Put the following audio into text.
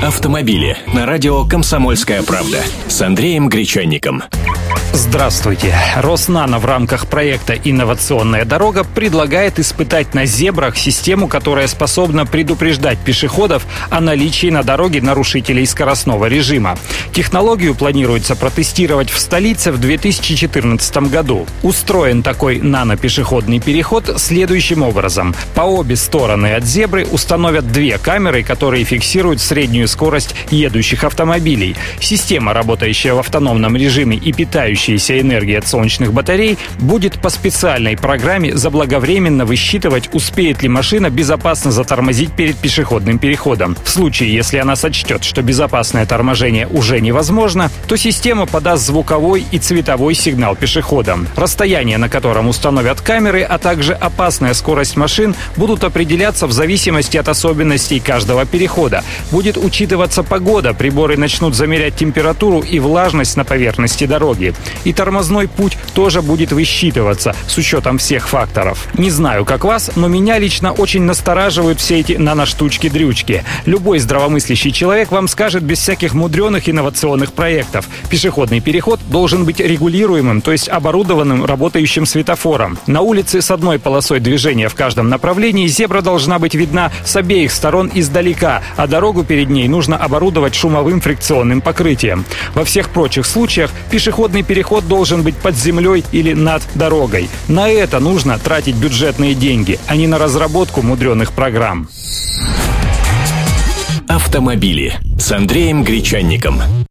Автомобили на радио «Комсомольская правда» с Андреем Гречанником. Здравствуйте. Роснано в рамках проекта «Инновационная дорога» предлагает испытать на зебрах систему, которая способна предупреждать пешеходов о наличии на дороге нарушителей скоростного режима. Технологию планируется протестировать в столице в 2014 году. Устроен такой нано-пешеходный переход следующим образом. По обе стороны от зебры установят две камеры, которые фиксируют среднюю скорость едущих автомобилей. Система, работающая в автономном режиме и питающаяся энергией от солнечных батарей, будет по специальной программе заблаговременно высчитывать, успеет ли машина безопасно затормозить перед пешеходным переходом. В случае, если она сочтет, что безопасное торможение уже невозможно, то система подаст звуковой и цветовой сигнал пешеходам. Расстояние, на котором установят камеры, а также опасная скорость машин будут определяться в зависимости от особенностей каждого перехода. Будет учитываться погода, приборы начнут замерять температуру и влажность на поверхности дороги. И тормозной путь тоже будет высчитываться с учетом всех факторов. Не знаю, как вас, но меня лично очень настораживают все эти наноштучки-дрючки. Любой здравомыслящий человек вам скажет без всяких мудреных инновационных проектов. Пешеходный переход должен быть регулируемым, то есть оборудованным работающим светофором. На улице с одной полосой движения в каждом направлении зебра должна быть видна с обеих сторон издалека, а дорогу перед ней нужно оборудовать шумовым фрикционным покрытием. Во всех прочих случаях пешеходный переход должен быть под землей или над дорогой. На это нужно тратить бюджетные деньги, а не на разработку мудреных программ. Автомобили с Андреем Гречанником.